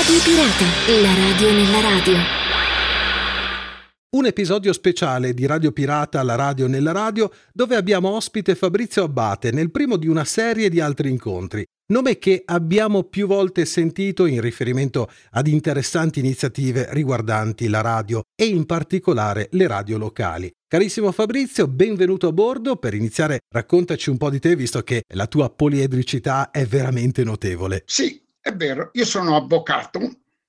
Radio Pirata, la radio nella radio. Un episodio speciale di Radio Pirata, la radio nella radio, dove abbiamo ospite Fabrizio Abbate nel primo di una serie di altri incontri. Nome che abbiamo più volte sentito in riferimento ad interessanti iniziative riguardanti la radio e in particolare le radio locali. Carissimo Fabrizio, benvenuto a bordo. Per iniziare, raccontaci un po' di te, visto che la tua poliedricità è veramente notevole. Sì, è vero, io sono avvocato,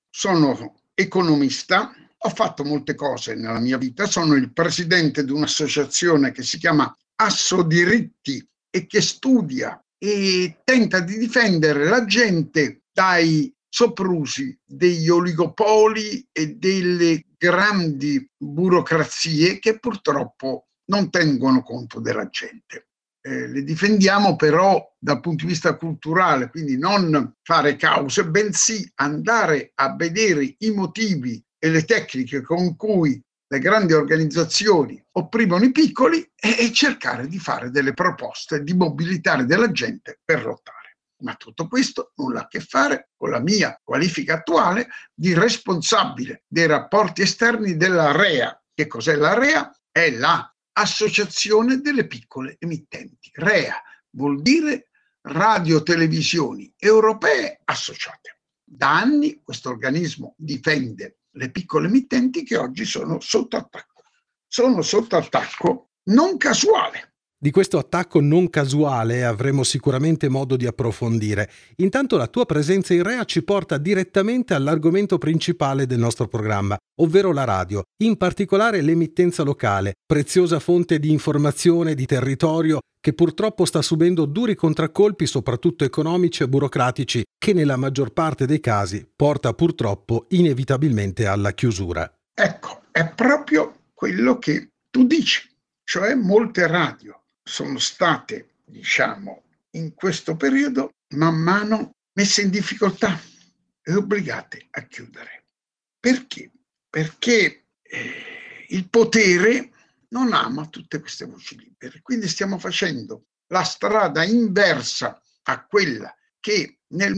sono economista, ho fatto molte cose nella mia vita, sono il presidente di un'associazione che si chiama Assodiritti e che studia e tenta di difendere la gente dai soprusi degli oligopoli e delle grandi burocrazie che purtroppo non tengono conto della gente. Le difendiamo però dal punto di vista culturale, quindi non fare cause, bensì andare a vedere i motivi e le tecniche con cui le grandi organizzazioni opprimono i piccoli e cercare di fare delle proposte, di mobilitare della gente per lottare. Ma tutto questo nulla a che fare con la mia qualifica attuale di responsabile dei rapporti esterni della REA. Che cos'è la REA? È la Associazione delle piccole emittenti. REA vuol dire radiotelevisioni europee associate. Da anni questo organismo difende le piccole emittenti che oggi sono sotto attacco. Sono sotto attacco non casuale. Di questo attacco non casuale avremo sicuramente modo di approfondire. Intanto la tua presenza in REA ci porta direttamente all'argomento principale del nostro programma, ovvero la radio, in particolare l'emittenza locale, preziosa fonte di informazione, di territorio, che purtroppo sta subendo duri contraccolpi, soprattutto economici e burocratici, che nella maggior parte dei casi porta purtroppo inevitabilmente alla chiusura. Ecco, è proprio quello che tu dici, cioè molte radio sono state, in questo periodo man mano messe in difficoltà e obbligate a chiudere. Perché? Perché il potere non ama tutte queste voci libere, quindi stiamo facendo la strada inversa a quella che nel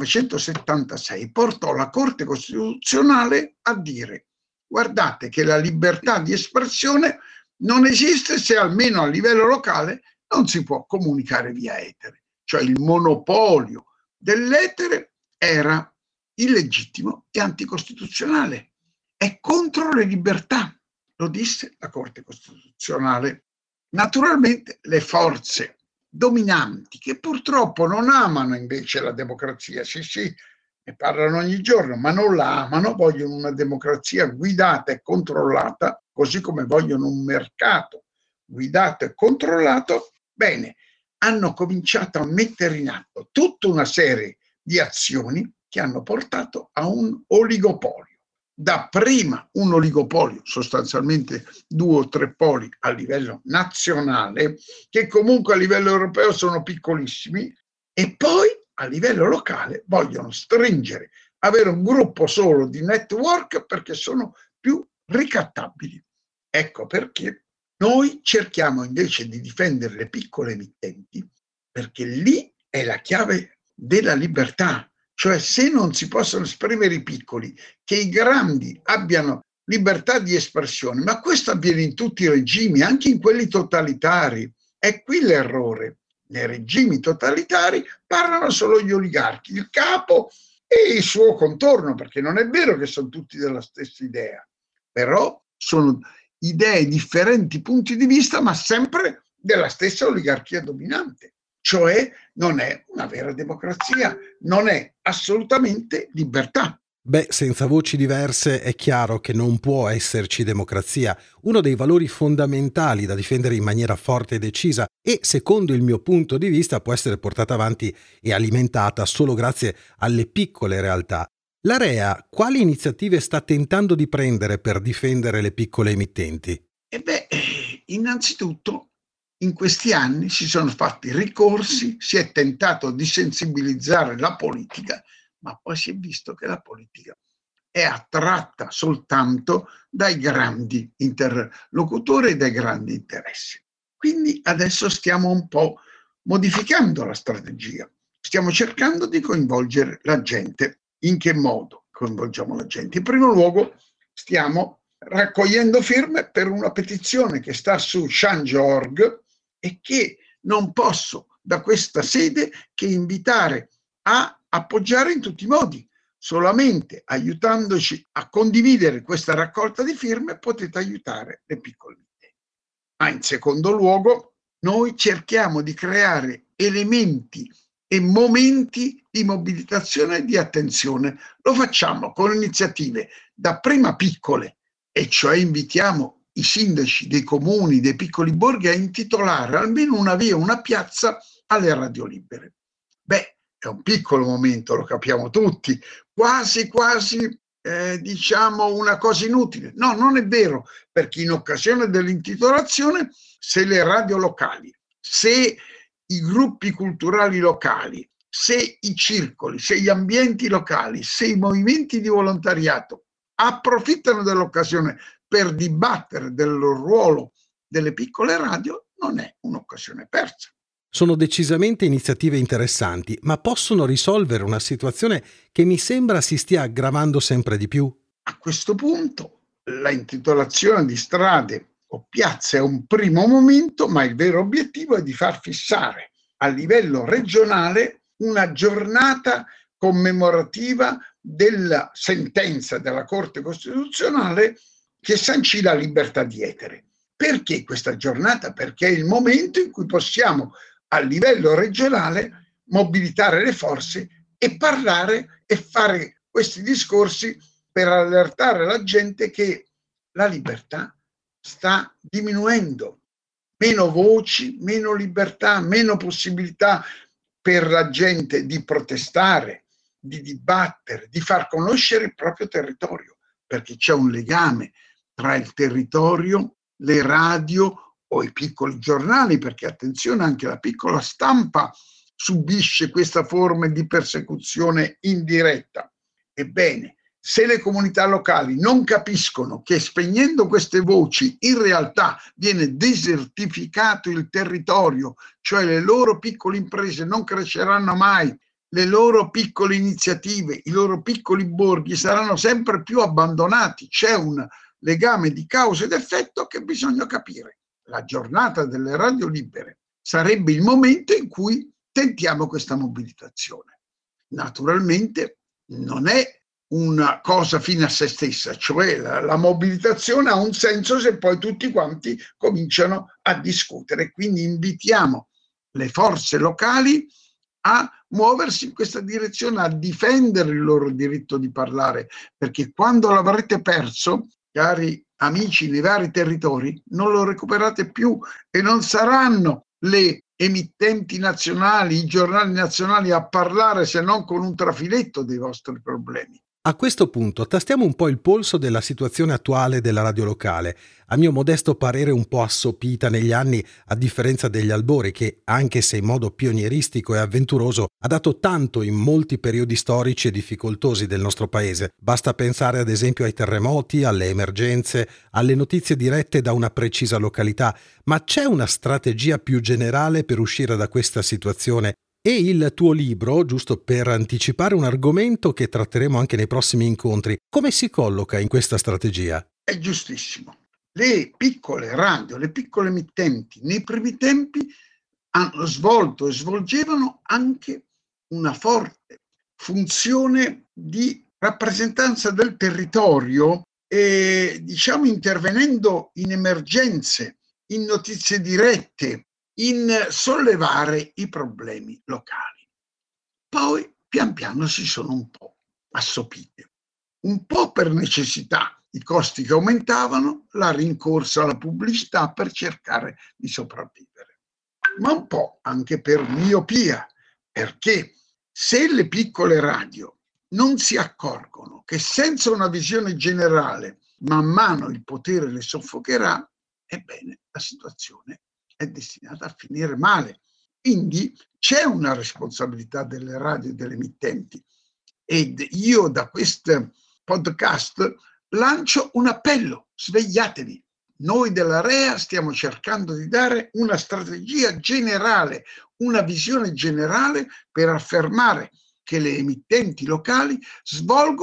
1976 portò la Corte Costituzionale a dire: guardate che la libertà di espressione non esiste se almeno a livello locale non si può comunicare via etere. Cioè il monopolio dell'etere era illegittimo e anticostituzionale. È contro le libertà, lo disse la Corte Costituzionale. Naturalmente le forze dominanti, che purtroppo non amano invece la democrazia, sì, ne parlano ogni giorno, ma non la amano, vogliono una democrazia guidata e controllata, così come vogliono un mercato guidato e controllato. Bene, hanno cominciato a mettere in atto tutta una serie di azioni che hanno portato a un oligopolio. Dapprima un oligopolio, sostanzialmente 2 o 3 poli a livello nazionale, che comunque a livello europeo sono piccolissimi, e poi a livello locale vogliono stringere, avere un gruppo solo di network perché sono più ricattabili. Ecco perché noi cerchiamo invece di difendere le piccole emittenti, perché lì è la chiave della libertà. Cioè, se non si possono esprimere i piccoli, che i grandi abbiano libertà di espressione, ma questo avviene in tutti i regimi, anche in quelli totalitari. È qui l'errore. Nei regimi totalitari parlano solo gli oligarchi, il capo e il suo contorno, perché non è vero che sono tutti della stessa idea, però sono idee differenti, punti di vista, ma sempre della stessa oligarchia dominante. Cioè non è una vera democrazia, non è assolutamente libertà. Beh, senza voci diverse è chiaro che non può esserci democrazia, uno dei valori fondamentali da difendere in maniera forte e decisa e, secondo il mio punto di vista, può essere portata avanti e alimentata solo grazie alle piccole realtà. La REA quali iniziative sta tentando di prendere per difendere le piccole emittenti? Innanzitutto in questi anni si sono fatti ricorsi, si è tentato di sensibilizzare la politica, ma poi si è visto che la politica è attratta soltanto dai grandi interlocutori e dai grandi interessi. Quindi adesso stiamo un po' modificando la strategia, stiamo cercando di coinvolgere la gente. In che modo? coinvolgiamo la gente? In primo luogo stiamo raccogliendo firme per una petizione che sta su Change.org e che non posso da questa sede che invitare a appoggiare in tutti i modi. Solamente aiutandoci a condividere questa raccolta di firme potete aiutare le piccole emittenti. Ma in secondo luogo noi cerchiamo di creare elementi e momenti di mobilitazione e di attenzione. Lo facciamo con iniziative dapprima piccole, e cioè invitiamo i sindaci dei comuni, dei piccoli borghi a intitolare almeno una via, una piazza alle radio libere. Beh, è un piccolo momento, lo capiamo tutti, quasi diciamo una cosa inutile. No, non è vero, perché in occasione dell'intitolazione, se le radio locali, se i gruppi culturali locali, se i circoli, se gli ambienti locali, se i movimenti di volontariato approfittano dell'occasione per dibattere del ruolo delle piccole radio, non è un'occasione persa. Sono decisamente iniziative interessanti, ma possono risolvere una situazione che mi sembra si stia aggravando sempre di più? A questo punto la intitolazione di strade o piazze è un primo momento, ma il vero obiettivo è di far fissare a livello regionale una giornata commemorativa della sentenza della Corte Costituzionale che sancì la libertà di etere. Perché questa giornata? Perché è il momento in cui possiamo a livello regionale mobilitare le forze e parlare e fare questi discorsi per allertare la gente che la libertà sta diminuendo. Meno voci, meno libertà, meno possibilità per la gente di protestare, di dibattere, di far conoscere il proprio territorio, perché c'è un legame tra il territorio, le radio o i piccoli giornali, perché attenzione, anche la piccola stampa subisce questa forma di persecuzione indiretta. Ebbene, se le comunità locali non capiscono che spegnendo queste voci in realtà viene desertificato il territorio, cioè le loro piccole imprese non cresceranno mai, le loro piccole iniziative, i loro piccoli borghi saranno sempre più abbandonati, c'è un legame di causa ed effetto che bisogna capire. La giornata delle radio libere sarebbe il momento in cui tentiamo questa mobilitazione. Naturalmente non è una cosa fine a se stessa, cioè la mobilitazione ha un senso se poi tutti quanti cominciano a discutere. Quindi invitiamo le forze locali a muoversi in questa direzione, a difendere il loro diritto di parlare, perché quando l'avrete perso, cari amici nei vari territori, non lo recuperate più e non saranno le emittenti nazionali, i giornali nazionali a parlare se non con un trafiletto dei vostri problemi. A questo punto tastiamo un po' il polso della situazione attuale della radio locale, a mio modesto parere un po' assopita negli anni, a differenza degli albori che, anche se in modo pionieristico e avventuroso, ha dato tanto in molti periodi storici e difficoltosi del nostro paese. Basta pensare ad esempio ai terremoti, alle emergenze, alle notizie dirette da una precisa località, ma c'è una strategia più generale per uscire da questa situazione? E il tuo libro, giusto per anticipare un argomento che tratteremo anche nei prossimi incontri, come si colloca in questa strategia? È giustissimo. Le piccole radio, le piccole emittenti, nei primi tempi hanno svolto e svolgevano anche una forte funzione di rappresentanza del territorio e, diciamo, intervenendo in emergenze, in notizie dirette, in sollevare i problemi locali. Poi pian piano si sono un po' assopite, un po' per necessità, i costi che aumentavano, la rincorsa alla pubblicità per cercare di sopravvivere, ma un po' anche per miopia, perché se le piccole radio non si accorgono che senza una visione generale man mano il potere le soffocherà, ebbene la situazione è destinata a finire male. Quindi c'è una responsabilità delle radio e delle emittenti ed io da questo podcast lancio un appello: svegliatevi. Noi della REA stiamo cercando di dare una strategia generale, una visione generale per affermare che le emittenti locali svolgono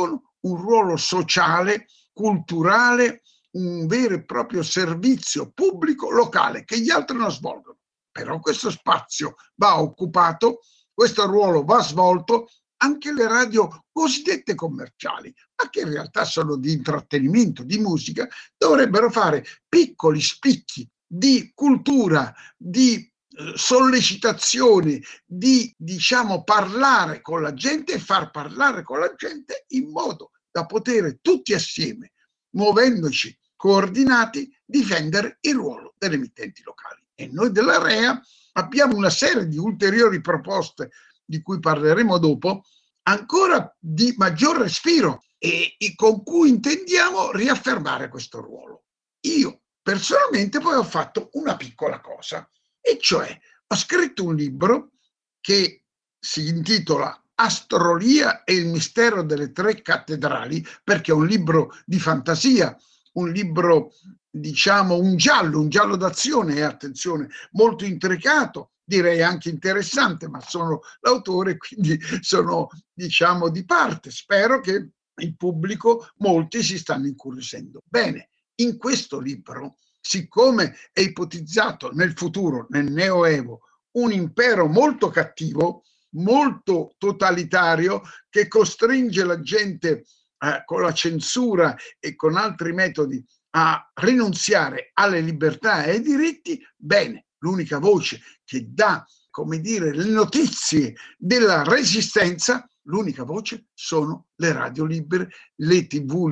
un ruolo sociale, culturale, un vero e proprio servizio pubblico locale che gli altri non svolgono. Però questo spazio va occupato, questo ruolo va svolto. Anche le radio cosiddette commerciali, ma che in realtà sono di intrattenimento, di musica, dovrebbero fare piccoli spicchi di cultura, di sollecitazione, di parlare con la gente e far parlare con la gente in modo da poter tutti assieme, muovendoci coordinati, difendere il ruolo delle emittenti locali. E noi della REA abbiamo una serie di ulteriori proposte di cui parleremo dopo, ancora di maggior respiro e con cui intendiamo riaffermare questo ruolo. Io personalmente poi ho fatto una piccola cosa, e cioè ho scritto un libro che si intitola Astrolia e il mistero delle tre cattedrali, perché è un libro di fantasia, un libro, un giallo d'azione, e attenzione, molto intricato, direi anche interessante, ma sono l'autore, quindi sono, di parte. Spero che il pubblico, molti si stanno incuriosendo. Bene, in questo libro, siccome è ipotizzato nel futuro, nel Neoevo, un impero molto cattivo, molto totalitario, che costringe la gente con la censura e con altri metodi a rinunziare alle libertà e ai diritti, bene, l'unica voce che dà, le notizie della resistenza, l'unica voce sono le radio libere, le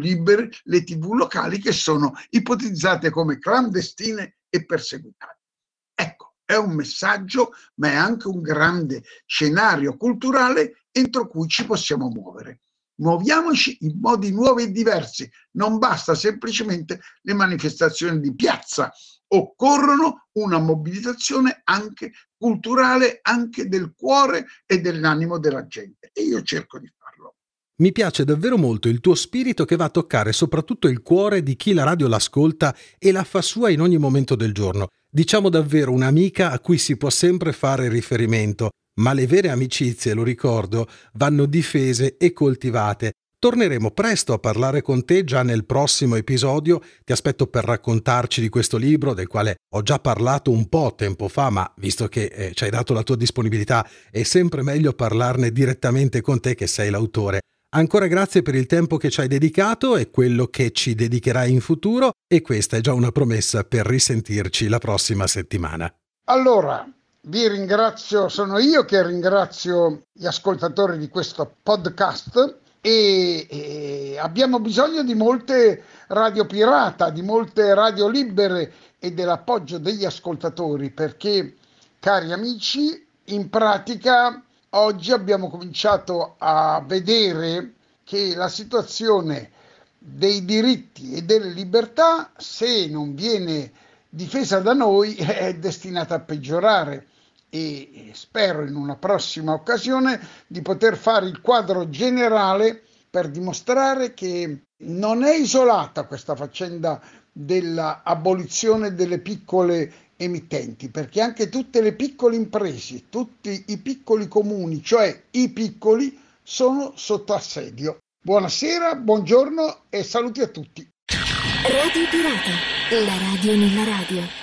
TV locali, che sono ipotizzate come clandestine e perseguitate. Ecco, è un messaggio, ma è anche un grande scenario culturale entro cui ci possiamo muovere. Muoviamoci in modi nuovi e diversi, non basta semplicemente le manifestazioni di piazza, occorrono una mobilitazione anche culturale, anche del cuore e dell'animo della gente, e io cerco di farlo. Mi piace davvero molto il tuo spirito, che va a toccare soprattutto il cuore di chi la radio l'ascolta e la fa sua in ogni momento del giorno. Diciamo davvero un'amica a cui si può sempre fare riferimento, ma le vere amicizie, lo ricordo, vanno difese e coltivate. Torneremo presto a parlare con te già nel prossimo episodio. Ti aspetto per raccontarci di questo libro, del quale ho già parlato un po' tempo fa, ma visto che ci hai dato la tua disponibilità, è sempre meglio parlarne direttamente con te, che sei l'autore. Ancora grazie per il tempo che ci hai dedicato e quello che ci dedicherai in futuro, e questa è già una promessa per risentirci la prossima settimana. Allora, vi ringrazio, sono io che ringrazio gli ascoltatori di questo podcast, e abbiamo bisogno di molte radio pirata, di molte radio libere e dell'appoggio degli ascoltatori, perché, cari amici, in pratica oggi abbiamo cominciato a vedere che la situazione dei diritti e delle libertà, se non viene difesa da noi, è destinata a peggiorare. E spero in una prossima occasione di poter fare il quadro generale per dimostrare che non è isolata questa faccenda dell'abolizione delle piccole emittenti, perché anche tutte le piccole imprese, tutti i piccoli comuni, cioè i piccoli, sono sotto assedio. Buonasera, buongiorno e saluti a tutti. Radio Pirata, la radio nella radio.